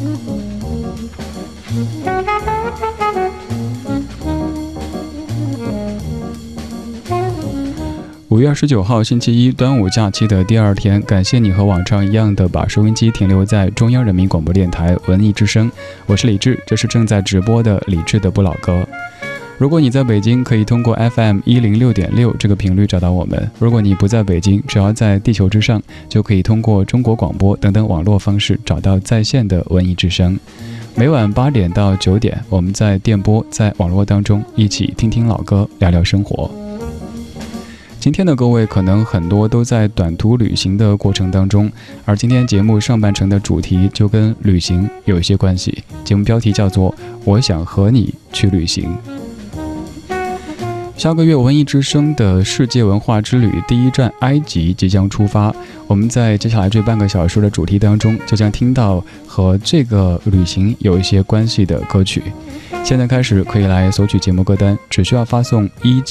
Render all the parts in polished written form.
5月29号星期一，端午假期的第二天，感谢你和往常一样的把收音机停留在中央人民广播电台文艺之声，我是李志，这是正在直播的李志的不老歌。如果你在北京，可以通过 FM106.6 这个频率找到我们；如果你不在北京，只要在地球之上，就可以通过中国广播等等网络方式找到在线的文艺之声。每晚8点到9点，我们在电波、在网络当中一起听听老歌，聊聊生活。今天的各位可能很多都在短途旅行的过程当中，而今天节目上半程的主题就跟旅行有一些关系。节目标题叫做“我想和你去旅行”。下个月文艺之声的世界文化之旅第一站埃及即将出发，我们在接下来这半个小时的主题当中就将听到和这个旅行有一些关系的歌曲。现在开始可以来索取节目歌单，只需要发送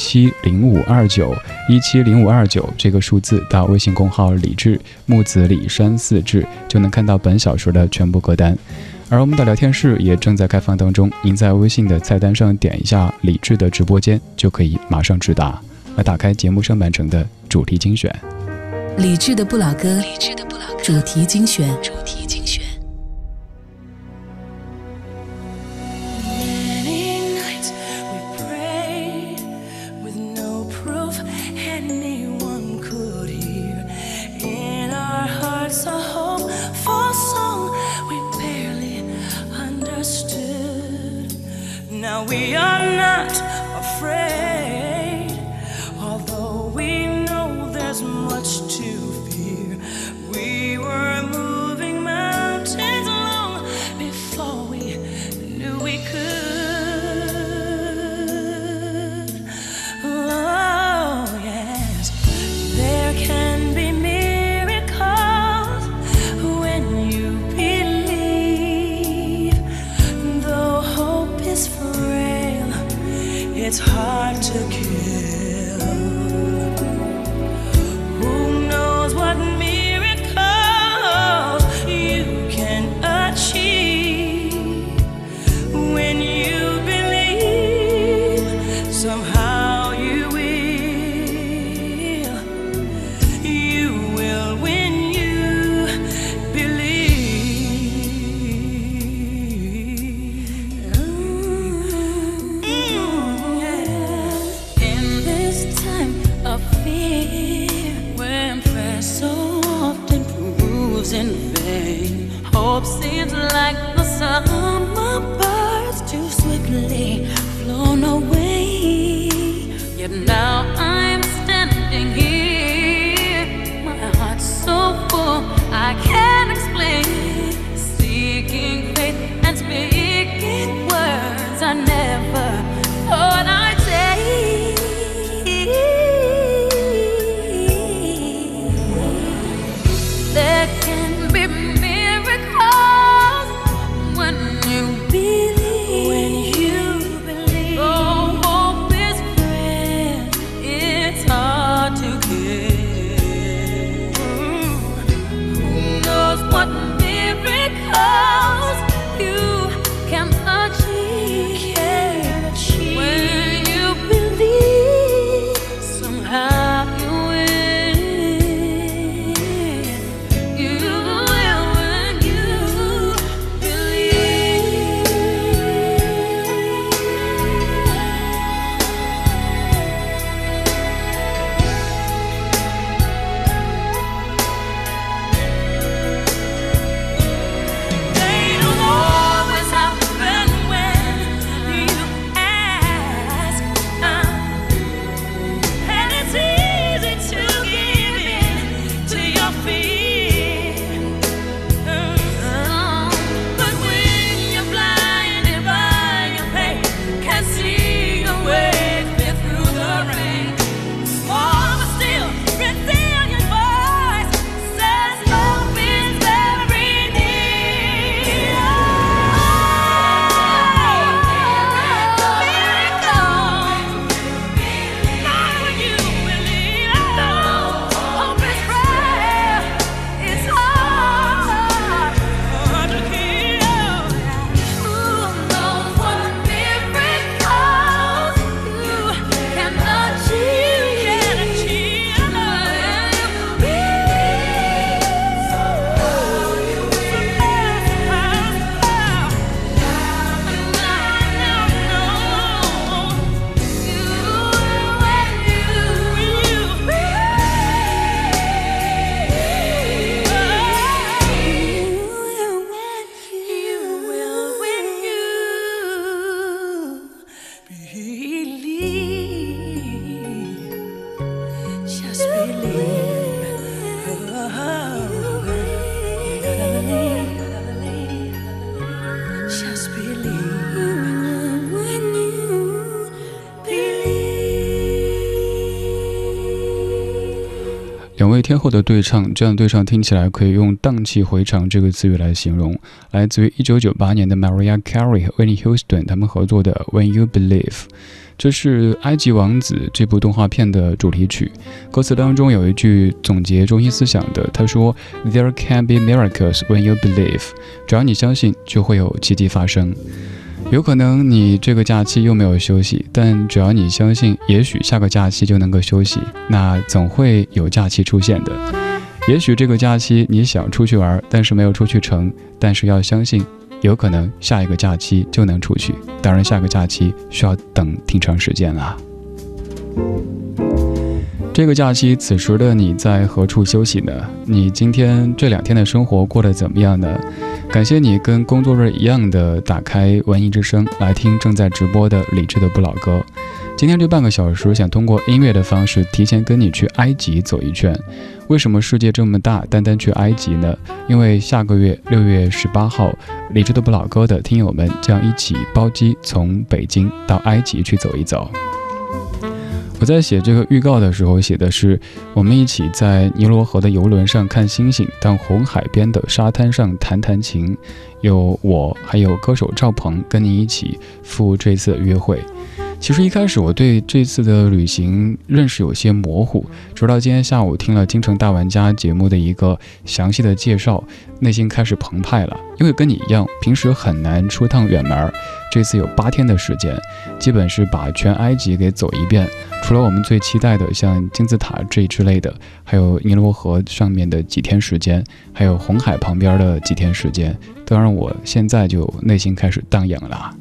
170529这个数字到微信公号李志，木子李山四志，就能看到本小时的全部歌单。而我们的聊天室也正在开放当中，您在微信的菜单上点一下李志的直播间，就可以马上直达。来打开节目上半程的主题精选， 李志的不老歌，主题精选。 Now we are not afraid, although we know there's much to fear. We were moving mountains long before we knew we could. Oh yes, there can be miracles when you believe, though hope is frail, it's hard to kill. Who knows what miracles you can achieve when you believe, somehow you will when you believe. In this time of fear, when prayer so often proves in vain, hope seems like the summer birds too swiftly flown away. Yet now I'm standing here, my heart's so full I can't explain, seeking faith and speaking words I never thought I'd say. There can be miracles when you believe. Oh, hope is frail, it's hard to get. Who knows what miracles you can achieve when you believe, somehow you will. You will when you believe. They don't always happen when you ask, and it's easy to give in to your fear. 天后的对唱，这样的对唱听起来可以用荡气回肠这个词语来形容，来自于1998年的 Mariah Carey 和 Whitney Houston 他们合作的 When You Believe。这是《埃及王子》这部动画片的主题曲，歌词当中有一句总结中心思想的，他说 There can be miracles when you believe， 只要你相信就会有奇迹发生。有可能你这个假期又没有休息，但只要你相信也许下个假期就能够休息，那总会有假期出现的。也许这个假期你想出去玩，但是没有出去成，但是要相信有可能下一个假期就能出去，当然下个假期需要等挺长时间啊。这个假期此时的你在何处休息呢？你今天这2天的生活过得怎么样呢？感谢你跟工作日一样的打开文艺之声来听正在直播的理智的不老歌。今天这半个小时想通过音乐的方式提前跟你去埃及走一圈。为什么世界这么大，单单去埃及呢？因为下个月6月18号，理智的不老歌的听友们将一起包机从北京到埃及去走一走。我在写这个预告的时候写的是，我们一起在尼罗河的游轮上看星星，到红海边的沙滩上弹弹琴，有我还有歌手赵鹏跟你一起赴这次的约会。其实一开始我对这次的旅行认识有些模糊，直到今天下午听了京城大玩家节目的一个详细的介绍，内心开始澎湃了。因为跟你一样，平时很难出趟远门，这次有8天的时间，基本是把全埃及给走一遍。除了我们最期待的像金字塔这一之类的，还有尼罗河上面的几天时间，还有红海旁边的几天时间，都让我现在就内心开始荡漾了。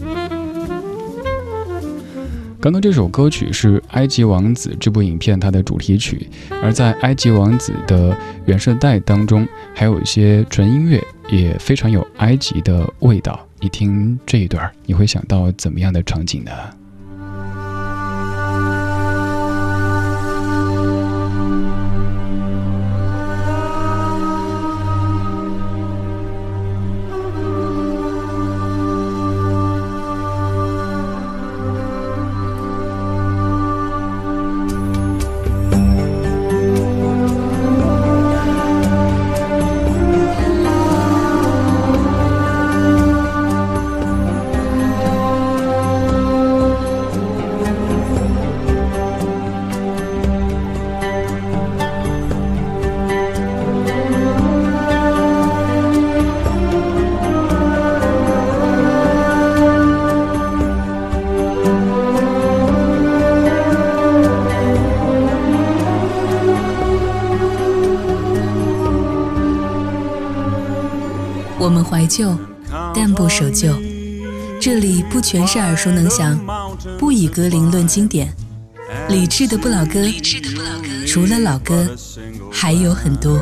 刚刚这首歌曲是《埃及王子》这部影片它的主题曲，而在《埃及王子》的原声带当中，还有一些纯音乐，也非常有埃及的味道。你听这一段，你会想到怎么样的场景呢？ 我们怀旧，但不守旧。这里不全是耳熟能详，不以歌龄论经典。理智的不老歌，除了老歌，还有很多。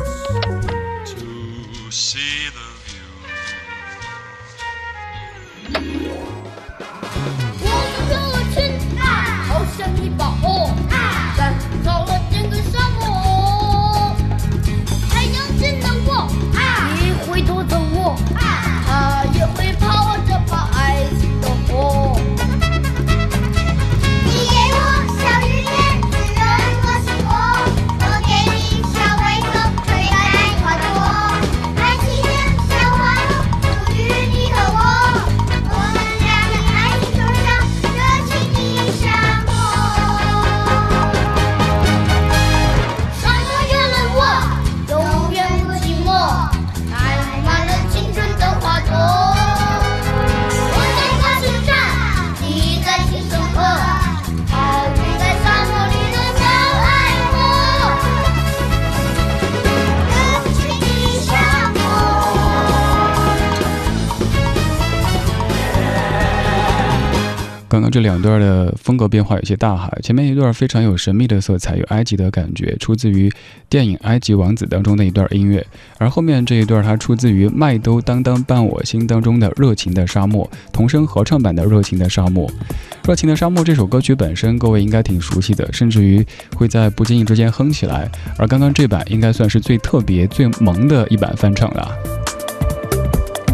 刚刚这2段的风格变化有些大哈，前面一段非常有神秘的色彩，有埃及的感觉，出自于电影《埃及王子》当中的一段音乐，而后面这一段它出自于麦兜当当伴我心当中的热情的沙漠，童声合唱版的热情的沙漠。热情的沙漠这首歌曲本身各位应该挺熟悉的，甚至于会在不经意之间哼起来，而刚刚这版应该算是最特别最萌的一版翻唱了。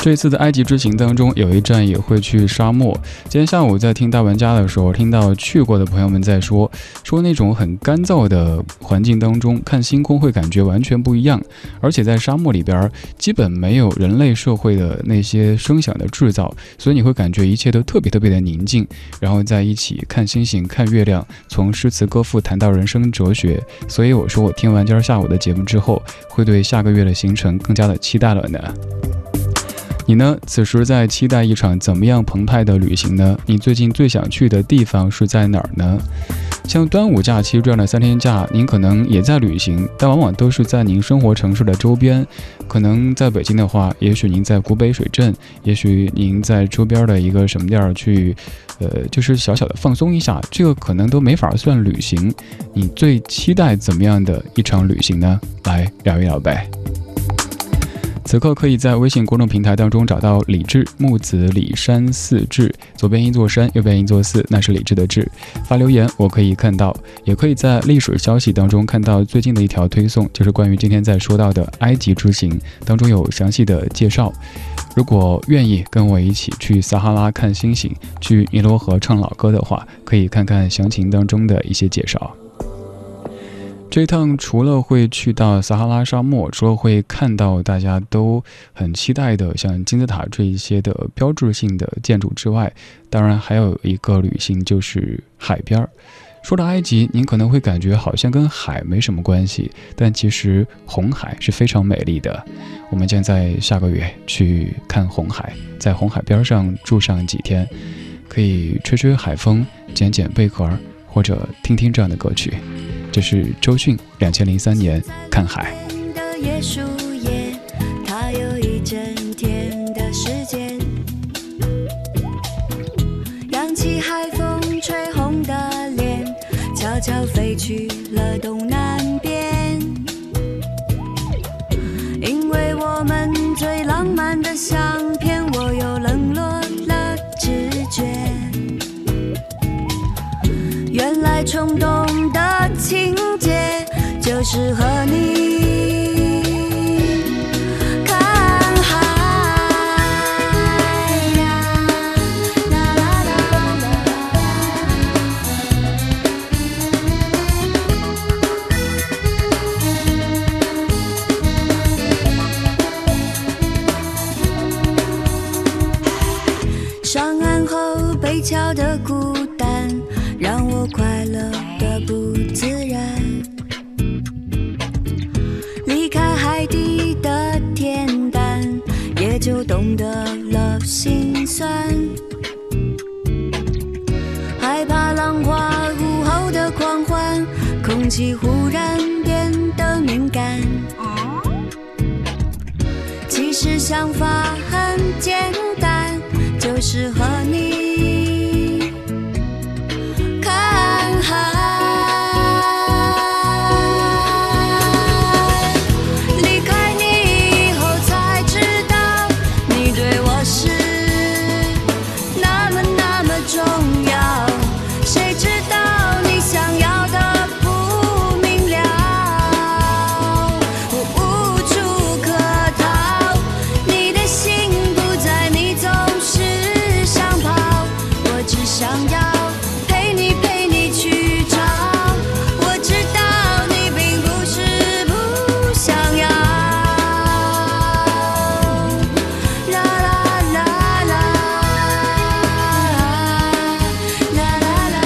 这次的埃及之行当中，有一站也会去沙漠。今天下午在听大玩家的时候，听到去过的朋友们在说那种很干燥的环境当中看星空会感觉完全不一样，而且在沙漠里边基本没有人类社会的那些声响的制造，所以你会感觉一切都特别的宁静，然后在一起看星星看月亮，从诗词歌赋谈到人生哲学。所以我说我听完今儿下午的节目之后，会对下个月的行程更加的期待了呢。你呢？此时在期待一场怎么样澎湃的旅行呢？你最近最想去的地方是在哪儿呢？像端午假期这样的3天假，您可能也在旅行，但往往都是在您生活城市的周边。可能在北京的话，也许您在古北水镇，也许您在周边的一个什么地儿去，就是小小的放松一下，这个可能都没法算旅行。你最期待怎么样的一场旅行呢？来聊一聊呗。此刻可以在微信公众平台当中找到李志，木子李山寺志，左边一座山，右边一座寺，那是李志的志。发留言我可以看到，也可以在历史消息当中看到最近的一条推送，就是关于今天在说到的埃及之行当中有详细的介绍。如果愿意跟我一起去撒哈拉看星星，去尼罗河唱老歌的话，可以看看详情当中的一些介绍。这一趟除了会去到撒哈拉沙漠，除了会看到大家都很期待的像金字塔这一些的标志性的建筑之外，当然还有一个旅行就是海边。说到埃及，您可能会感觉好像跟海没什么关系，但其实红海是非常美丽的。我们将在下个月去看红海，在红海边上住上几天，可以吹吹海风，捡捡贝壳，或者听听这样的歌曲。这是周迅2003年看海。 的椰树叶，它有一整天的时间，扬起海风吹红的脸，悄悄飞去了东南边。因为我们最浪漫的相片，我又冷落了直觉。原来冲动的情节就是和你看海呀，啦啦啦啦。上岸后北桥的孤单，让我快乐的不自然。离开海底的恬淡，也就懂得了心酸。害怕浪花午后的狂欢，空气忽然变得敏感。其实想法很简单，就是和你看海。离开你以后才知道，你对我是那么那么重要。谁知道你想要的不明了，我无处可逃。你的心不在，你总是想跑，我只想要陪你陪你去找。我知道你并不是不想要，啦啦啦啦，啦啦啦。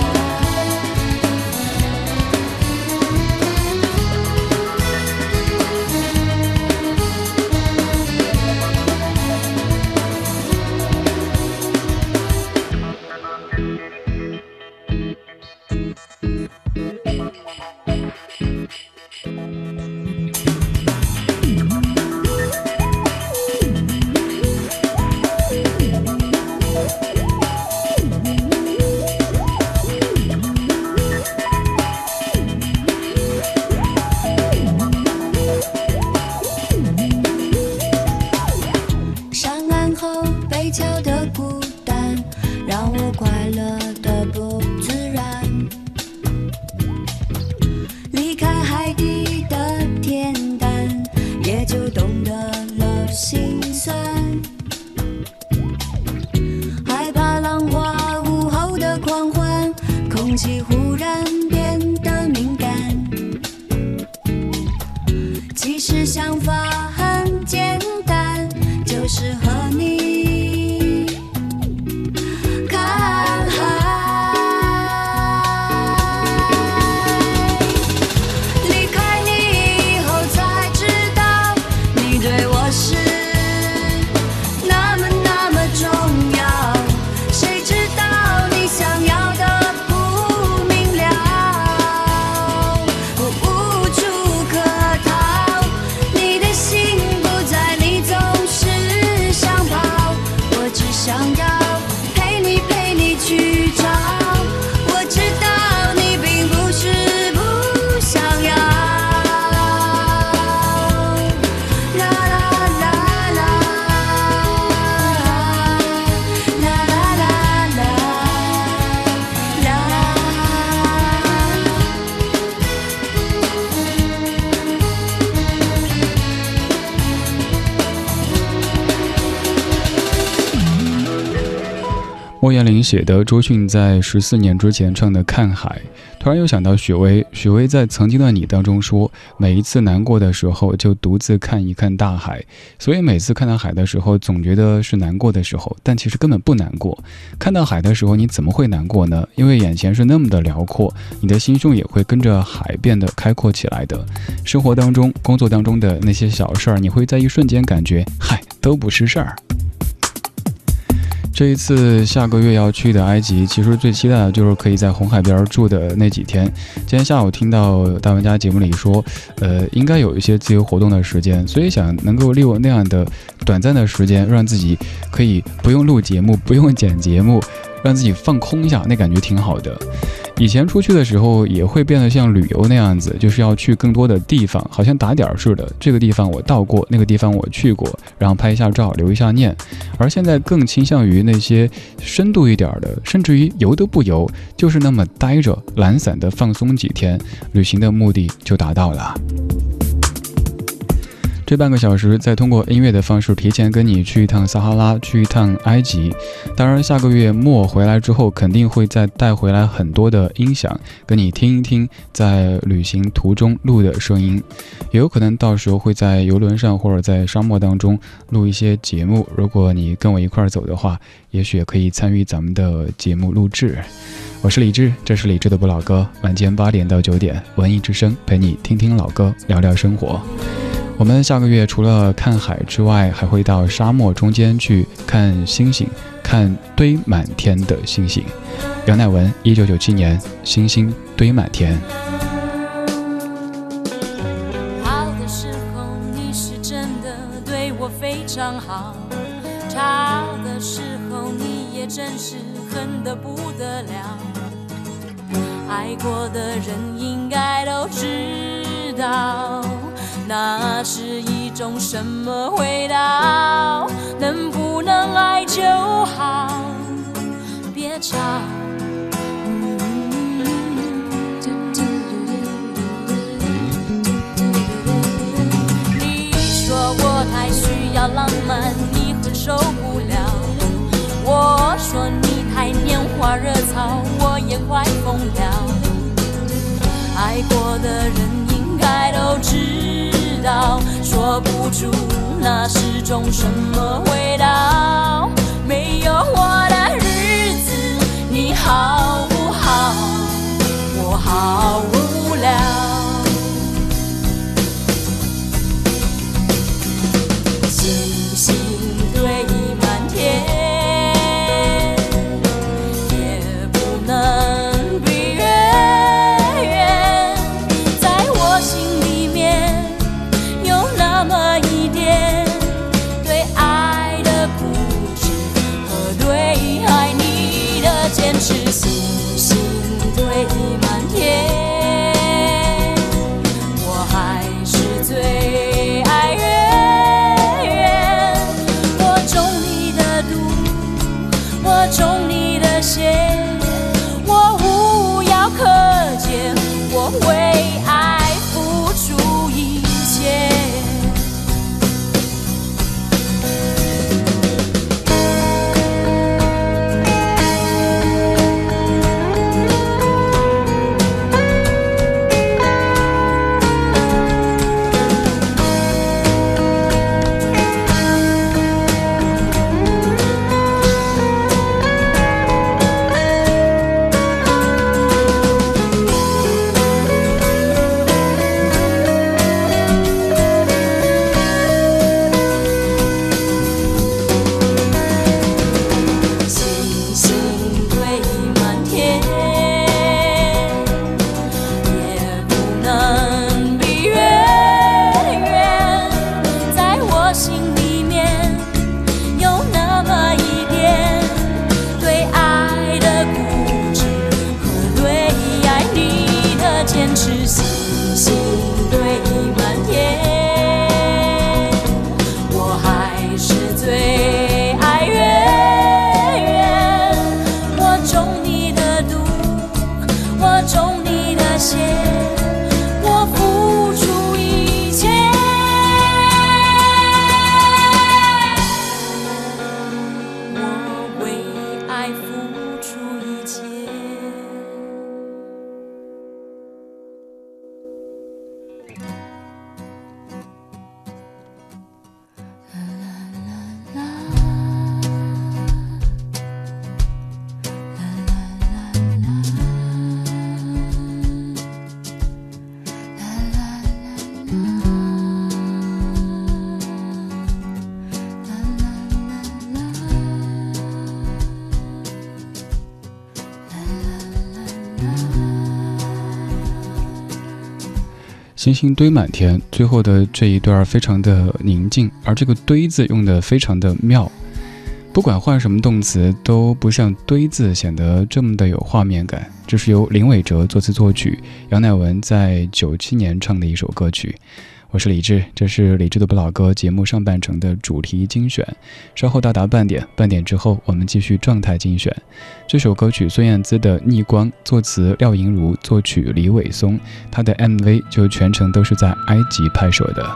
上岸后北桥的孤单，让我快乐的不自然。离开海底的恬淡，也就懂得了心酸，害怕浪花午后的狂欢，空气忽然变得敏感。其实想法很简单，就是和你看海。离开你以后才知道，你对我是那么那么重要。谁知道你想要的不明了，我无处可逃。你的心不在，你总是想跑，我只想要陪你陪你去找。我知道你并不是不想要。啦啦啦啦，啦啦啦啦，啦。 莫言林写的周迅在14年之前唱的《看海》，突然又想到许巍，许巍在《曾经的你》当中说，每一次难过的时候就独自看一看大海，所以每次看到海的时候总觉得是难过的时候，但其实根本不难过。看到海的时候你怎么会难过呢？因为眼前是那么的辽阔，你的心胸也会跟着海变得开阔起来的。生活当中工作当中的那些小事儿，你会在一瞬间感觉嗨，都不是事儿。这一次下个月要去的埃及，其实最期待的就是可以在红海边住的那几天。今天下午听到大玩家节目里说，应该有一些自由活动的时间，所以想能够利用那样的短暂的时间，让自己可以不用录节目，不用剪节目，让自己放空一下，那感觉挺好的。以前出去的时候也会变得像旅游那样子，就是要去更多的地方，好像打点似的，这个地方我到过，那个地方我去过，然后拍一下照留一下念。而现在更倾向于那些深度一点的，甚至于游都不游，就是那么待着懒散的放松几天，旅行的目的就达到了。这半个小时再通过音乐的方式提前跟你去一趟撒哈拉，去一趟埃及。当然下个月末回来之后肯定会再带回来很多的音响，跟你听一听在旅行途中录的声音，也有可能到时候会在游轮上或者在沙漠当中录一些节目，如果你跟我一块儿走的话，也许也可以参与咱们的节目录制。我是李志，这是李志的不老歌，晚间8点到9点，文艺之声陪你听听老歌，聊聊生活。我们下个月除了看海之外，还会到沙漠中间去看星星，看堆满天的星星。杨乃文1997年星星堆满天。 好的时候你是真的对我非常好，差的时候你也真是恨得不得了。爱过的人应该都知道，那是一种什么味道？能不能爱就好，别吵。你说我太需要浪漫，你很受不了。我说你太拈花惹草，我也快疯了。爱过的人应该都知道，说不出那是种什么味道。没有我的日子你好不好？我好无聊。星星堆满天，也不能比月圆。在我心里面有那么一点对爱的固执和对爱你的坚持。星星堆满天，我还是最爱月圆。我中你的毒，我中你的邪，我无药可解，我为爱付出一切。 星星堆满天，最后的这一段非常的宁静，而这个堆字用的非常的妙，不管换什么动词都不像堆字显得这么的有画面感。这是由林伟哲作词作曲，杨乃文在97年唱的一首歌曲。我是李志，这是李志的不老歌节目上半程的主题精选。稍后到达半点之后，我们继续状态精选。这首歌曲孙燕姿的《逆光》，作词廖莹如，作曲李伟松，她的 MV 就全程都是在埃及拍摄的。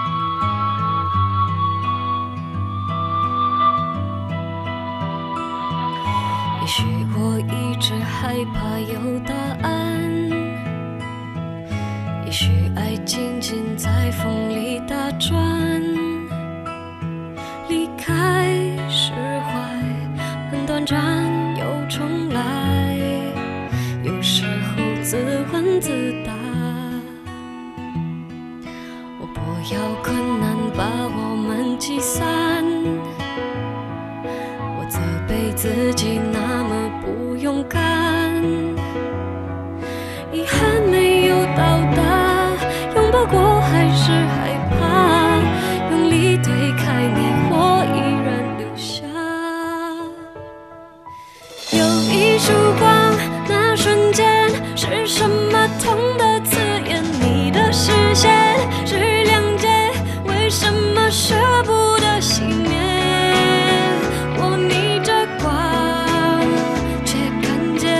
也许我一直害怕有答案，也许爱静静在风里打转，离开释怀很短暂又重来，有时候自问自答，我不要困难把我们击散，我责备自己那么不勇敢，遗憾没有到达，拥抱过还是害怕，用力推开你我依然留下，有一束光，那瞬间是什么痛的刺眼，你的视线是亮节，为什么舍不得熄灭，我逆着光却看见，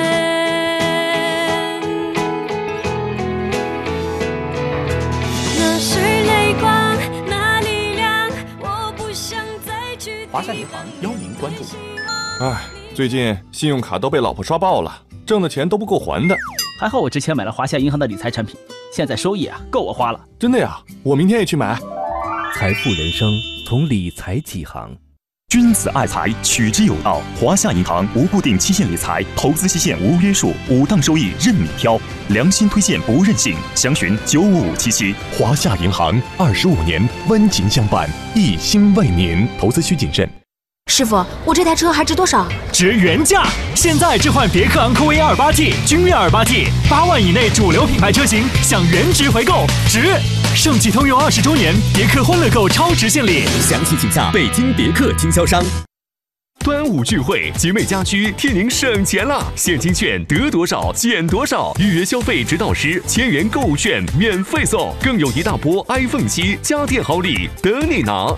那是泪光，那力量，我不想再去。 华夏银行邀您关注。 最近信用卡都被老婆刷爆了，挣的钱都不够还的。 还好我之前买了华夏银行的理财产品，现在收益够我花了。 真的呀？我明天也去买。 财富人生从理财起航。 君子爱财，取之有道。华夏银行无固定期限理财，投资期限无约束，5档收益任你挑，良心推荐不任性。详询95577。 华夏银行25年温情相伴，一心为您。投资需谨慎。 师傅，我这台车还值多少？ 值原价！现在置换别克昂科威 28T、君越 28T， 8万以内主流品牌车型享原值回购，值！盛汽通用20周年，别克欢乐购超值献礼， 详情请下北京别克经销商。 端午聚会，集美家居替您省钱了，现金券得多少减多少，预约消费直到1000元购物券免费送，更有一大波 iPhone 7家电好礼等你拿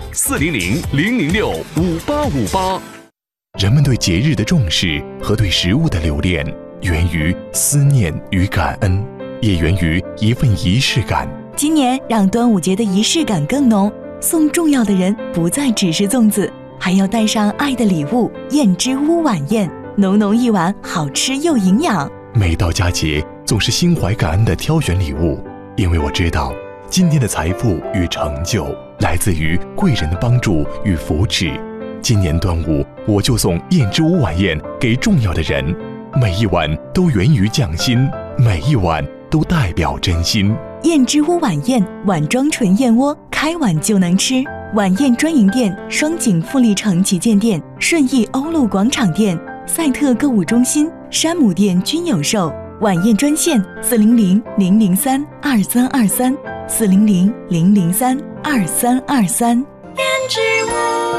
！400-006-5858。 人们对节日的重视和对食物的留恋，源于思念与感恩，也源于一份仪式感。 今年让端午节的仪式感更浓，送重要的人不再只是粽子，还要带上爱的礼物——燕之屋晚宴，浓浓一碗，好吃又营养。 每到佳节，总是心怀感恩地挑选礼物，因为我知道，今天的财富与成就来自于贵人的帮助与扶持。今年端午，我就送燕之屋晚宴给重要的人，每一碗都源于匠心，每一碗都代表真心。 燕之屋晚宴，碗装纯燕窝，开碗就能吃。晚宴专营店：双井富力城旗舰店、顺义欧陆广场店、赛特购物中心、山姆店均有售。晚宴专线：400-003-2323 400-003-2323。燕之屋。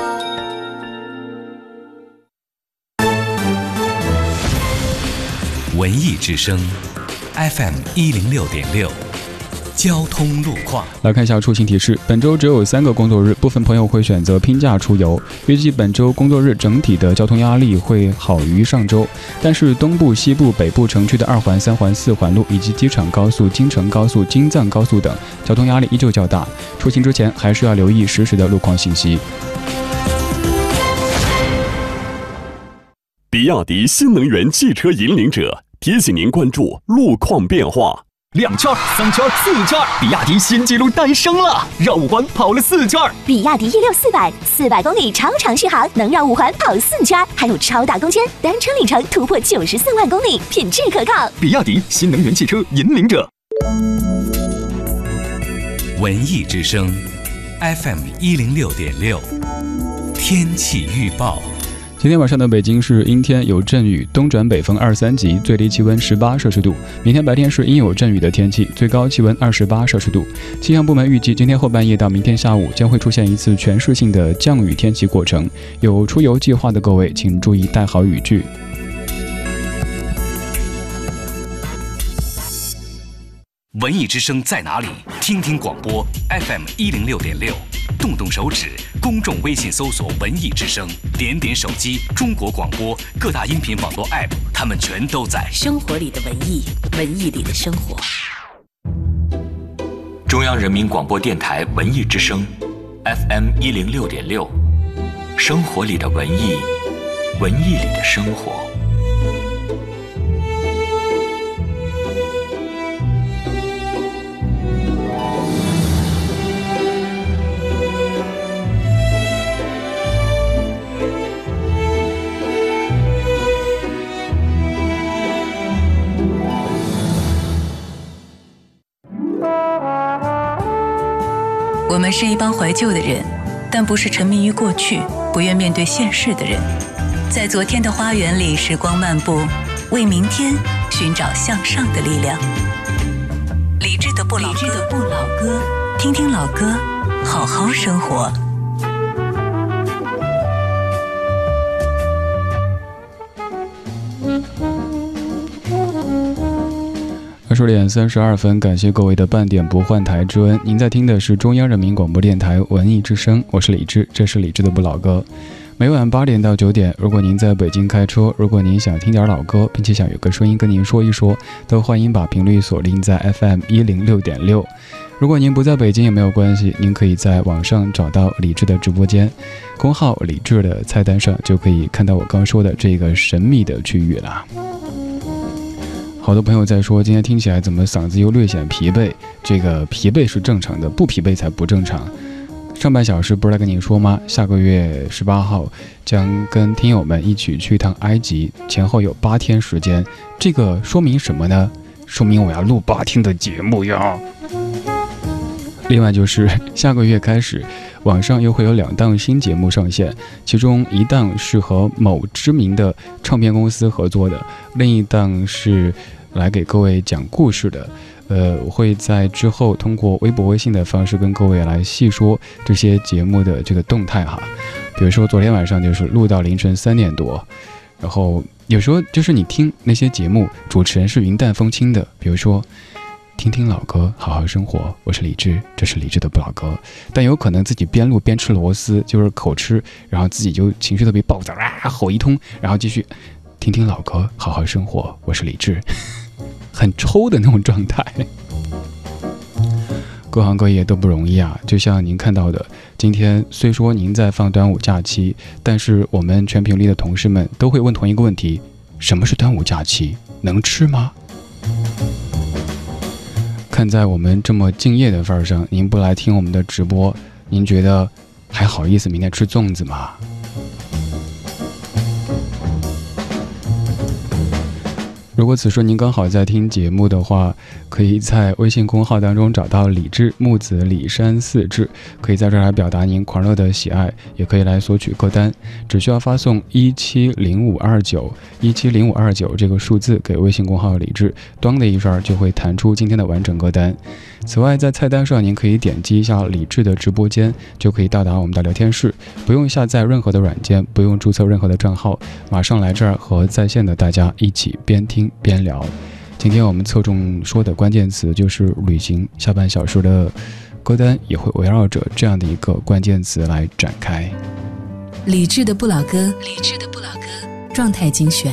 文艺之声 FM 106.6，交通路况。 来看一下出行提示，本周只有3个工作日，部分朋友会选择拼假出游。预计本周工作日整体的交通压力会好于上周，但是东部、西部、北部城区的2环、3环、4环路以及机场高速、京承高速、京藏高速等交通压力依旧较大。出行之前还是要留意实时的路况信息。 比亚迪新能源汽车引领者提醒您关注路况变化。 2圈、3圈、4圈，比亚迪新纪录诞生了，绕5环跑了4圈。 比亚迪16400，400公里超长续航，能绕5环跑4圈，还有超大工签，单车里程突破94万公里，品质可靠。 比亚迪新能源汽车引领者。 文艺之声 FM 106.6，天气预报。 今天晚上的北京是阴天有阵雨，东转北风2、3级，最低气温18摄氏度。明天白天是阴有阵雨的天气，最高气温28摄氏度。气象部门预计，今天后半夜到明天下午将会出现一次全市性的降雨天气过程，有出游计划的各位请注意带好雨具。 文艺之声在哪里？听听广播 FM 106.6，动动手指，公众微信搜索文艺之声，点点手机，中国广播各大音频网络 App， 他们全都在。 生活里的文艺，文艺里的生活。 中央人民广播电台文艺之声 FM 106.6，生活里的文艺，文艺里的生活。 我们是一帮怀旧的人，但不是沉迷于过去、不愿面对现实的人。在昨天的花园里时光漫步，为明天寻找向上的力量。理智的不老歌，听听老歌，好好生活。 20点32分，感谢各位的半点不换台之恩。您在听的是中央人民广播电台文艺之声，我是李志，这是李志的不老歌。每晚8点到9点，如果您在北京开车，如果您想听点老歌，并且想有个声音跟您说一说，都欢迎把频率锁定在 FM 106.6。如果您不在北京也没有关系，您可以在网上找到李志的直播间，公号李志的菜单上就可以看到我刚说的这个神秘的区域了。好多朋友在说，今天听起来怎么嗓子又略显疲惫？这个疲惫是正常的，不疲惫才不正常。上半小时不是来跟您说吗？下个月18号将跟听友们一起去一趟埃及，前后有8天时间。这个说明什么呢？说明我要录8天的节目呀。另外就是下个月开始，网上又会有2档新节目上线，其中一档是和某知名的唱片公司合作的，另一档是来给各位讲故事的。我会在之后通过微博微信的方式跟各位来细说这些节目的这个动态哈。比如说昨天晚上就是录到凌晨3点多，然后有时候就是你听那些节目，主持人是云淡风轻的，比如说听听老歌，好好生活，我是李志，这是李志的不老歌。但有可能自己边录边吃螺丝，就是口吃，然后自己就情绪特别暴躁吼一通，然后继续听听老歌，好好生活，我是李志。很抽的那种状态。各行各业都不容易啊，就像您看到的，今天虽说您在放端午假期，但是我们全频率的同事们都会问同一个问题：什么是端午假期？能吃吗？看在我们这么敬业的份上，您不来听我们的直播，您觉得还好意思明天吃粽子吗？如果此时您刚好在听节目的话，可以在微信公号当中找到李志，木子李山四志，可以在这儿来表达您狂热的喜爱，也可以来索取歌单，只需要发送170529这个数字给微信公号李志，当的一声就会弹出今天的完整歌单。此外，在菜单上您可以点击一下李志的直播间，就可以到达我们的聊天室，不用下载任何的软件，不用注册任何的账号，马上来这儿和在线的大家一起边听边聊。今天我们侧重说的关键词就是旅行，下半小时的歌单也会围绕着这样的一个关键词来展开。 理智的不老歌，状态精选。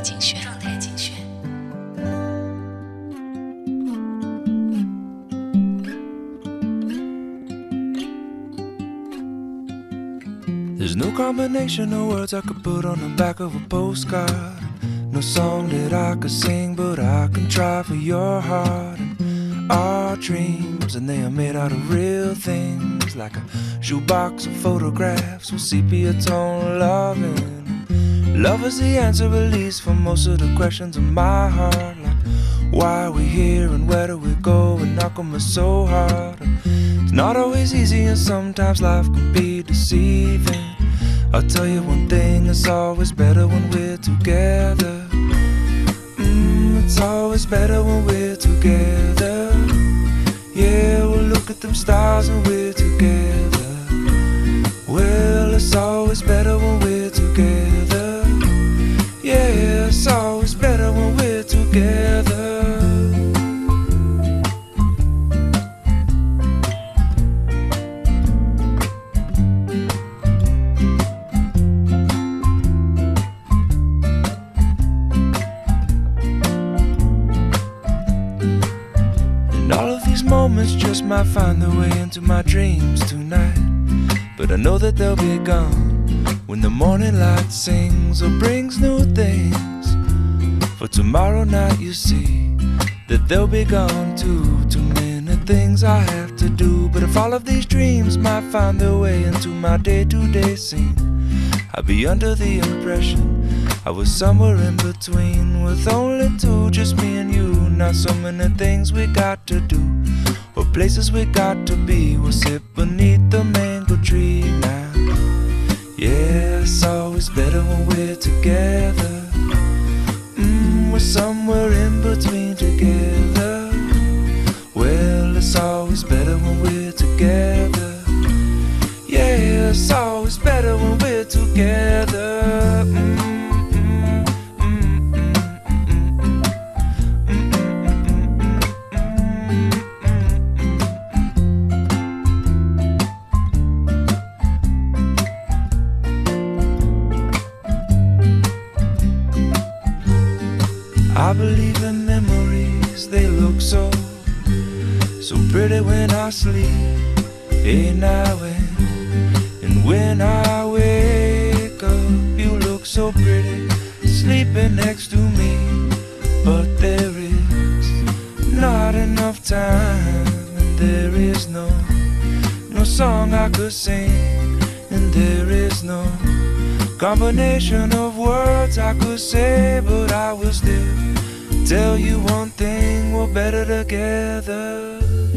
There's no combination of words I could put on the back of a postcard. No song that I could sing, but I can try for your heart. And our dreams, and they are made out of real things, like a shoebox of photographs with sepia tone loving. Love is the answer, at least, for most of the questions in my heart. Like, why are we here and where do we go? And knock on us so hard. And it's not always easy, and sometimes life can be deceiving. I'll tell you one thing, it's always better when we're together. It's always better when we're together. Yeah, we'll look at them stars and we're together. Well, it's always better when we're together. Yeah, it's always better when we're together. Moments just might find their way into my dreams tonight, but I know that they'll be gone when the morning light sings or brings new things. For tomorrow night you see that they'll be gone too. Too many things I have to do, but if all of these dreams might find their way into my day-to-day scene, I'd be under the impression I was somewhere in between, with only two, just me and you. Not so many things we got to do, or places we got to be. We'll sit beneath the mango tree now. Yeah, it's always better when we're together. We're somewhere in between together. Well, it's always better when we're together. Yeah, it's always better when we're together. I believe in memories, they look so pretty when I sleep. Hey now and when I wake up, you look so pretty sleeping next to me. But there is not enough time, and there is no song I could sing, and there is no combination of words I could say, but I will still tell you one thing, we're better together.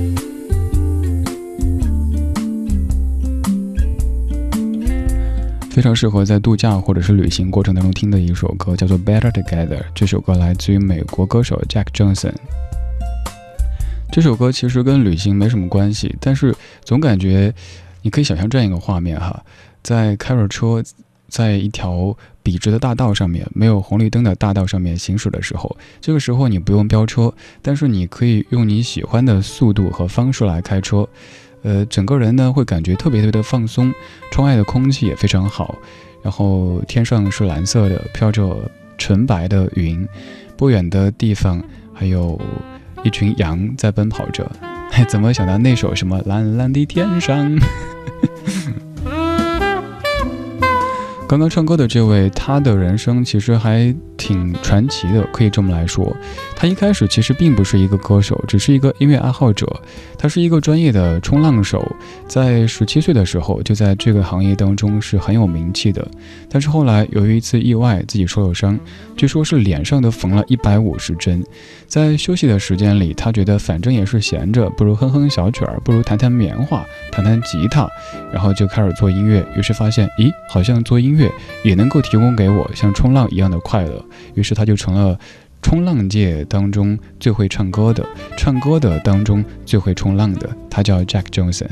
非常适合在度假或者是旅行过程当中听的一首歌，叫做 Better Together。 这首歌来自于美国歌手 Jack Johnson。 这首歌其实跟旅行没什么关系，但是总感觉你可以想象这样一个画面哈，在开着车在一条笔直的大道上面，没有红绿灯的大道上面行驶的时候，这个时候你不用飙车，但是你可以用你喜欢的速度和方式来开车。整个人呢会感觉特别的放松，窗外的空气也非常好，然后天上是蓝色的，飘着纯白的云，不远的地方还有一群羊在奔跑着。怎么想到那首什么蓝蓝的天上？刚刚唱歌的这位，他的人生其实还挺传奇的，可以这么来说。他一开始其实并不是一个歌手，只是一个音乐爱好者。他是一个专业的冲浪手，在17岁的时候就在这个行业当中是很有名气的。但是后来由于一次意外，自己受了伤，据说是脸上的缝了150针。在休息的时间里，他觉得反正也是闲着，不如哼哼小曲儿，不如弹弹棉花，弹弹吉他，然后就开始做音乐。于是发现，咦，好像做音乐也能够提供给我像冲浪一样的快乐。于是他就成了冲浪界当中最会唱歌的，唱歌的当中最会冲浪的，他叫 Jack Johnson。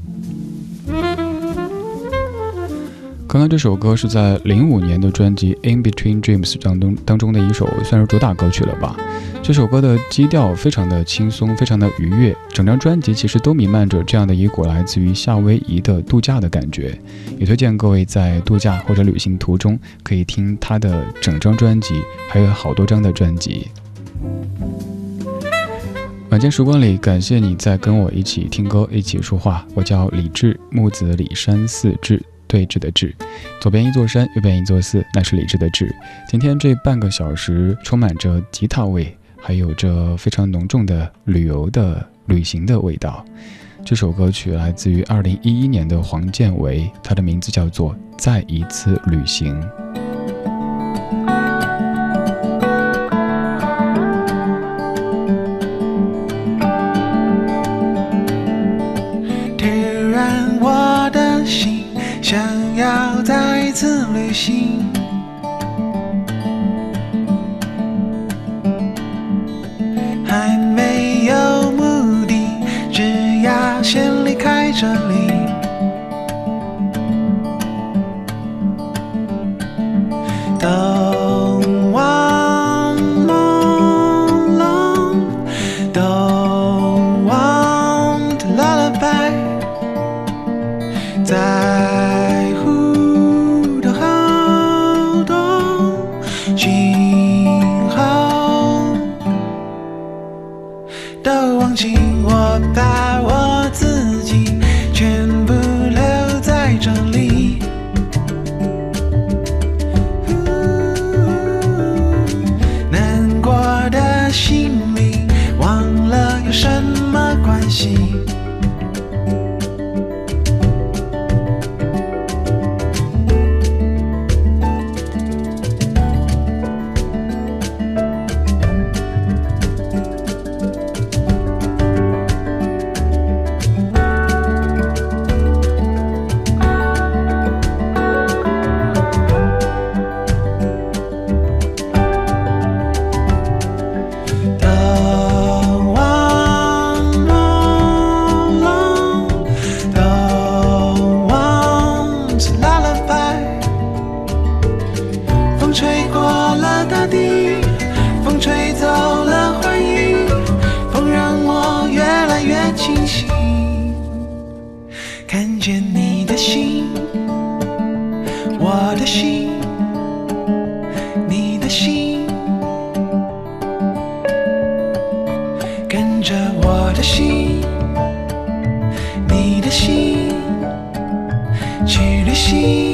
刚刚这首歌是在05年的专辑 In Between Dreams 当中的一首算是主打歌曲了吧。这首歌的基调非常的轻松，非常的愉悦，整张专辑其实都弥漫着这样的一股来自于夏威夷的度假的感觉。也推荐各位在度假或者旅行途中可以听他的整张专辑，还有好多张的专辑。晚间时光里，感谢你在跟我一起听歌，一起说话。我叫李志，木子李山寺志，对峙的志，左边一座山，右边一座寺，那是李志的志。今天这半个小时充满着吉他味，还有着非常浓重的旅行的味道。这首歌曲来自于2011年的黄建为，它的名字叫做《再一次旅行》。 突然我的心想要再旅行。还没有目的，只要先离开这里。东望朦胧，东望的 lullaby， 在乎的好多，今后都忘记，我把我自己全部留在这里。难过的心里，忘了有什么关系。看见你的心，我的心，你的心，跟着我的心，你的心，去旅行。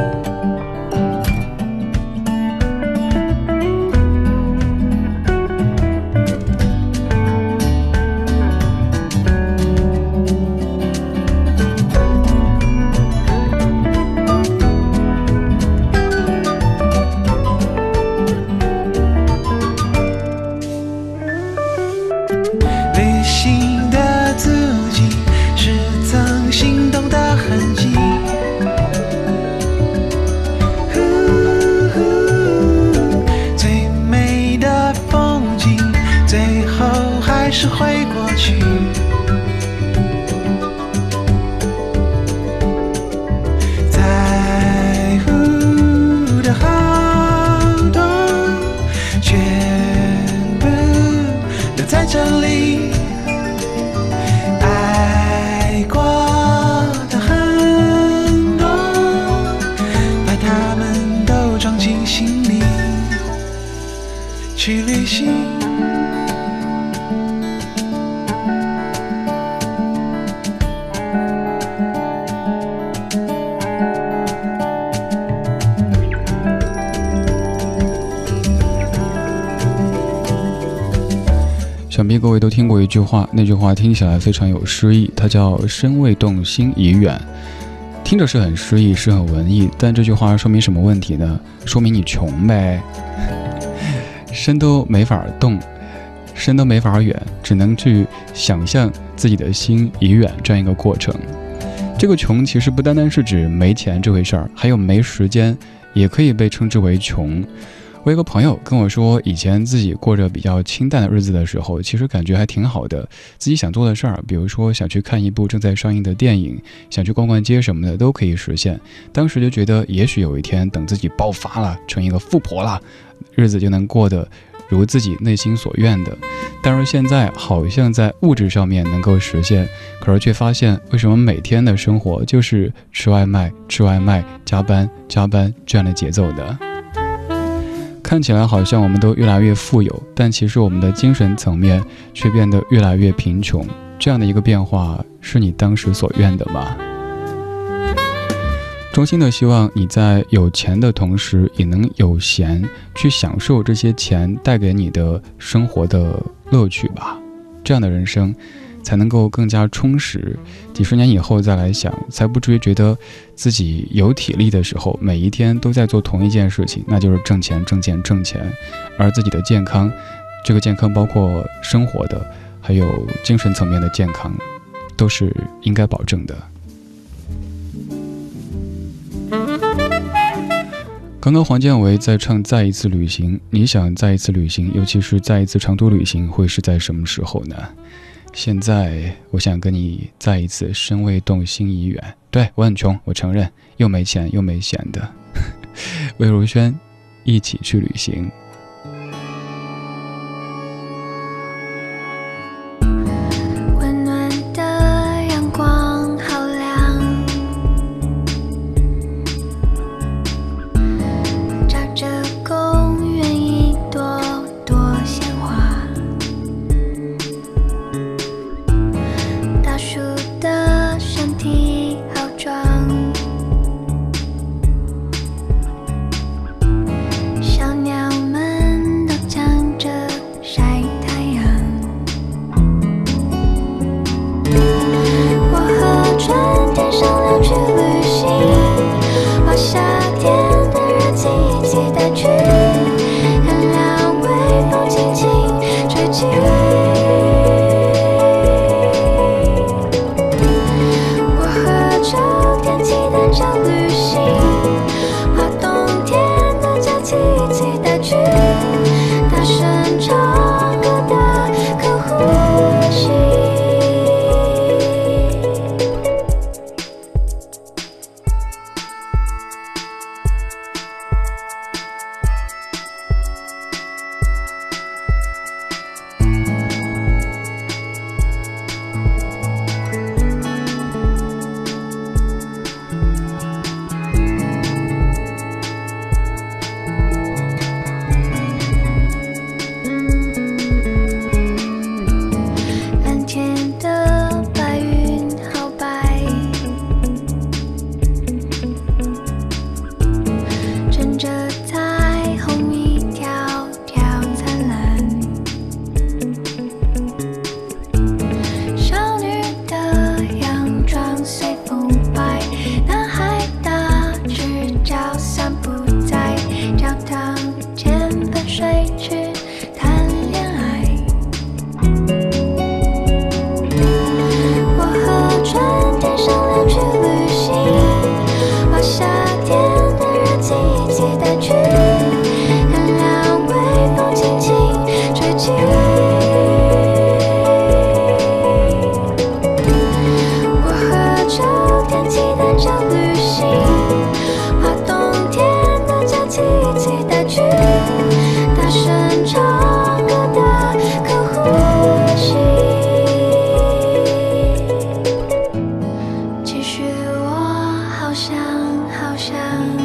是会过去，在乎的好多，全部都在这里。爱过的很多，把它们都装进心里，去旅行。 想必各位都听过一句话，那句话听起来非常有诗意，它叫身未动心已远。听着是很诗意，是很文艺，但这句话说明什么问题呢？说明你穷呗，身都没法动，身都没法远，只能去想象自己的心已远这样一个过程。这个穷其实不单单是指没钱这回事儿，还有没时间也可以被称之为穷。我有个朋友跟我说，以前自己过着比较清淡的日子的时候，其实感觉还挺好的。自己想做的事儿，比如说想去看一部正在上映的电影，想去逛逛街什么的，都可以实现。当时就觉得，也许有一天等自己爆发了，成一个富婆了，日子就能过得如自己内心所愿的。但是现在好像在物质上面能够实现，可是却发现为什么每天的生活就是吃外卖、加班这样的节奏的。看起来好像我们都越来越富有，但其实我们的精神层面却变得越来越贫穷。这样的一个变化，是你当时所愿的吗？衷心的希望你在有钱的同时，也能有闲去享受这些钱带给你的生活的乐趣吧。这样的人生才能够更加充实。几十年以后再来想，才不至于觉得自己有体力的时候，每一天都在做同一件事情，那就是挣钱。而自己的健康，这个健康包括生活的，还有精神层面的健康，都是应该保证的。 刚刚黄建为在唱再一次旅行，你想再一次旅行，尤其是再一次长途旅行会是在什么时候呢？现在我想跟你再一次身未动心已远。对，我很穷，我承认，又没钱又没闲的。魏如萱，一起去旅行。 温暖的阳光好亮，照着公园一朵朵鲜花，大树的身体好壮，小鸟们都抢着晒太阳。我和春天商量去旅行，把夏天的热气一起带去，原谅微风轻轻吹起。我和秋天期待着旅行，把冬天的假期一起带去，大声唱歌的可呼吸。蓝天的白云好白，乘着彩虹一条条灿烂。少女的洋装随风摆，男孩打赤脚散步在教堂前喷水池谈恋爱。我和春天商量去旅行，把夏天的热气一起带去，原谅微风轻轻吹起。我和秋天期待着旅行，把冬天的假期一起带去，大声唱歌的可呼吸。其实我好想好想，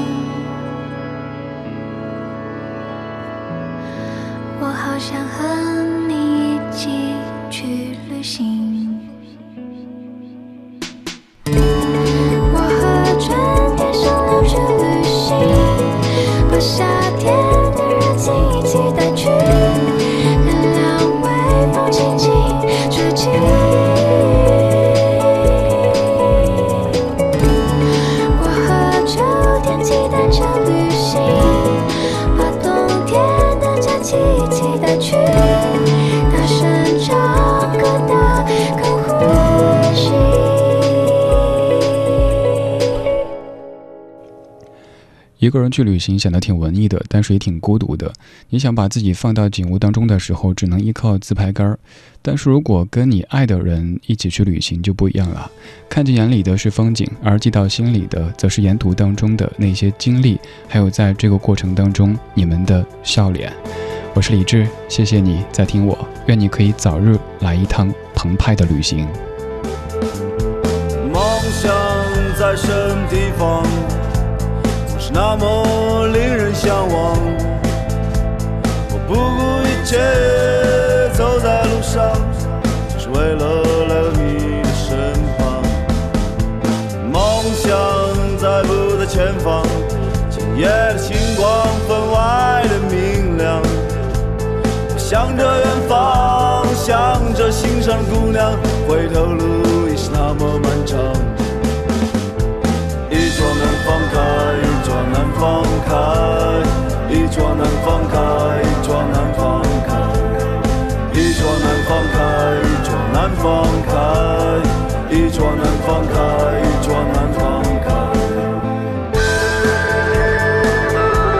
我好想和你一起去旅行。我和春天商量去旅行，把夏天的热气一起带去，原谅微风轻轻吹起。我和秋天期待着旅行，把冬天的假期一起带去，大声唱歌的可呼吸。 一个人去旅行显得挺文艺的，但是也挺孤独的。你想把自己放到景物当中的时候，只能依靠自拍杆，但是如果跟你爱的人一起去旅行就不一样了。看见眼里的是风景，而记到心里的则是沿途当中的那些经历，还有在这个过程当中你们的笑脸。我是李志，谢谢你在听我，愿你可以早日来一趟澎湃的旅行。 梦想在什么地方，总是那么令人向往。我不顾一切走在路上，就是为了来到你的身旁。梦想在不在前方，今夜的星光分外的明亮。我向着远方，向着心上的姑娘，回头路也是那么漫长。一桌难放开，一桌难放开，一桌难放开，一桌难放开，一桌难放开，一桌难放开，一桌难放开，一桌难放开。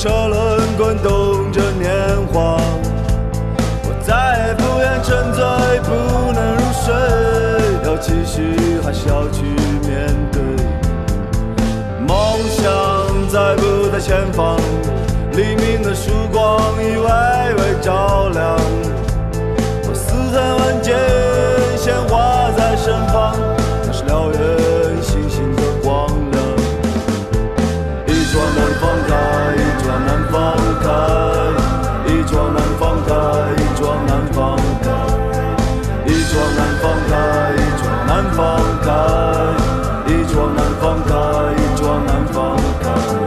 车轮滚动着年华，我再也不愿沉醉，不能入睡，要继续还是要去面对？梦想在不在前方，黎明的曙光已微微照亮，我似曾闻见鲜花在身旁，那是燎原星星的光亮。一桩难放开，一桩难放开，一桩难放开，一桩难放开，一桩难放开，一桩难放开，一桩难放开，一桩难放开。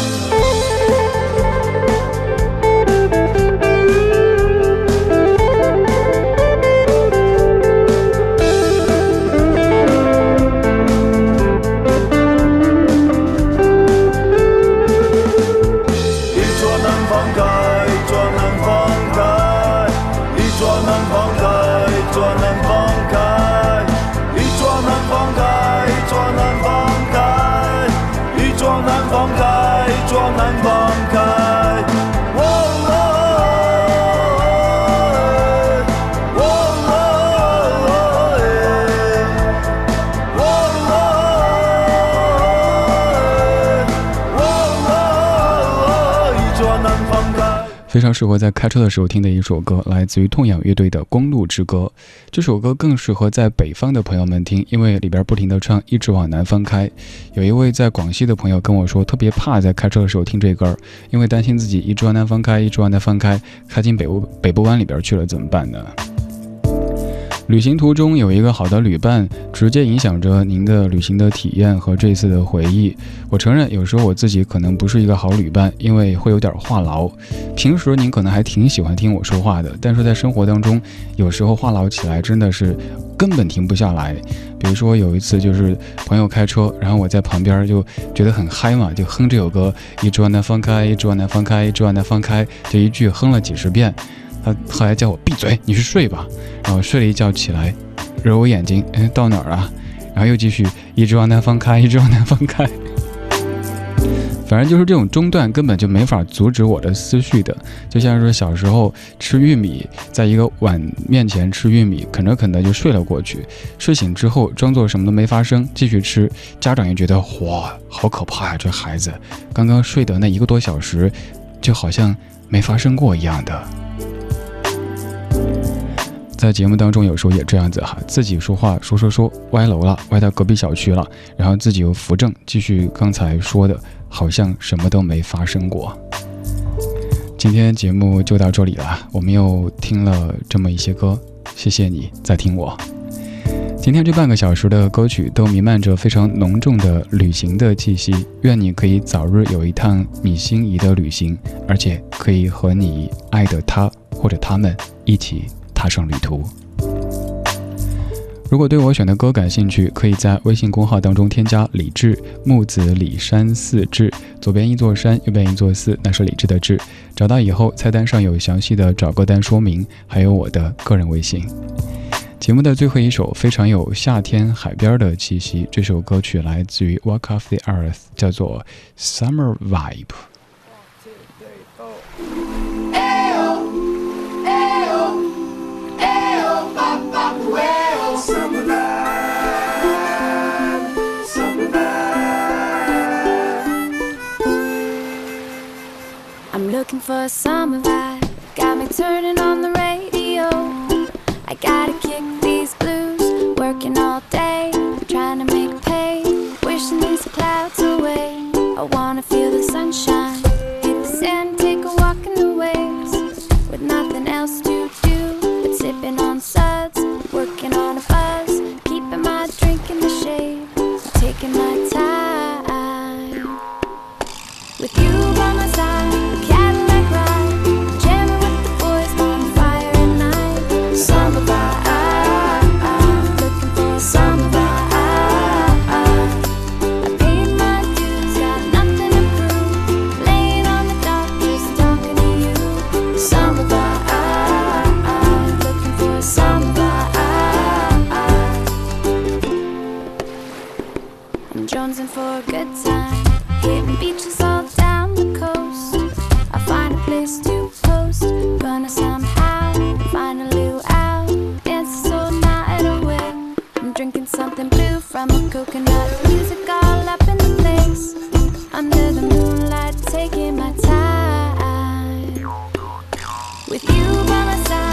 非常适合在开车的时候听的一首歌，来自于痛仰乐队的《公路之歌》。这首歌更适合在北方的朋友们听，因为里边不停地唱一直往南方开。有一位在广西的朋友跟我说，特别怕在开车的时候听这歌，因为担心自己一直往南方开，一直往南方开，开进北部湾里边去了怎么办呢？旅行途中有一个好的旅伴，直接影响着您的旅行的体验和这次的回忆。我承认有时候我自己可能不是一个好旅伴，因为会有点话痨。平时您可能还挺喜欢听我说话的，但是在生活当中有时候话痨起来真的是根本停不下来。比如说有一次就是朋友开车，然后我在旁边就觉得很嗨嘛，就哼这首歌，一直往南方开，一直往南方开，一直往南方开，这一句哼了几十遍。他后来叫我闭嘴，你去睡吧。然后睡了一觉起来，揉我眼睛，到哪儿啊？然后又继续一直往南方开，一直往南方开。反正就是这种中断根本就没法阻止我的思绪的，就像是小时候吃玉米，在一个碗面前吃玉米，啃着啃着就睡了过去，睡醒之后装作什么都没发生，继续吃，家长也觉得哇，好可怕呀，这孩子刚刚睡的那1个多小时就好像没发生过一样的。在节目当中有时候也这样子哈，自己说话说歪楼了，歪到隔壁小区了，然后自己又扶正，继续刚才说的，好像什么都没发生过。今天节目就到这里了，我们又听了这么一些歌，谢谢你在听我。今天这半个小时的歌曲都弥漫着非常浓重的旅行的气息，愿你可以早日有一趟你心仪的旅行，而且可以和你爱的他或者他们一起踏上旅途。如果对我选的歌感兴趣，可以在微信公号当中添加李志，木子李山寺志，左边一座山，右边一座寺，那是李志的志。找到以后，菜单上有详细的找歌单说明，还有我的个人微信。节目的最后一首非常有夏天海边的气息，这首歌曲来自于 Walk Off the Earth， 叫做 Summer Vibe。 I'm looking for a summer vibe, got me turning on the radio. I gotta kick these blues, working all day, trying to make pay, wishing these clouds away. I wanna feel the sunshine, hit the sand, take a walk in the waves, with nothing else to do but sipping on suds, working on a buzz, keeping my drink in the shade, taking my time. With you by my side, Cadillac ride, jamming with the boys, on fire at night. Summer vibe, looking for a summer vibe. I paid my dues, got nothing to prove, laying on the dock, just talking to you. Summer vibe, looking for a summer vibe. I'm jonesing for a good time, hitting beaches all down the coast. place to post. Gonna somehow find a luau. Dancing so night away. I'm drinking something blue from a coconut. Music all up in the place. Under the moonlight, taking my time. With you by my side.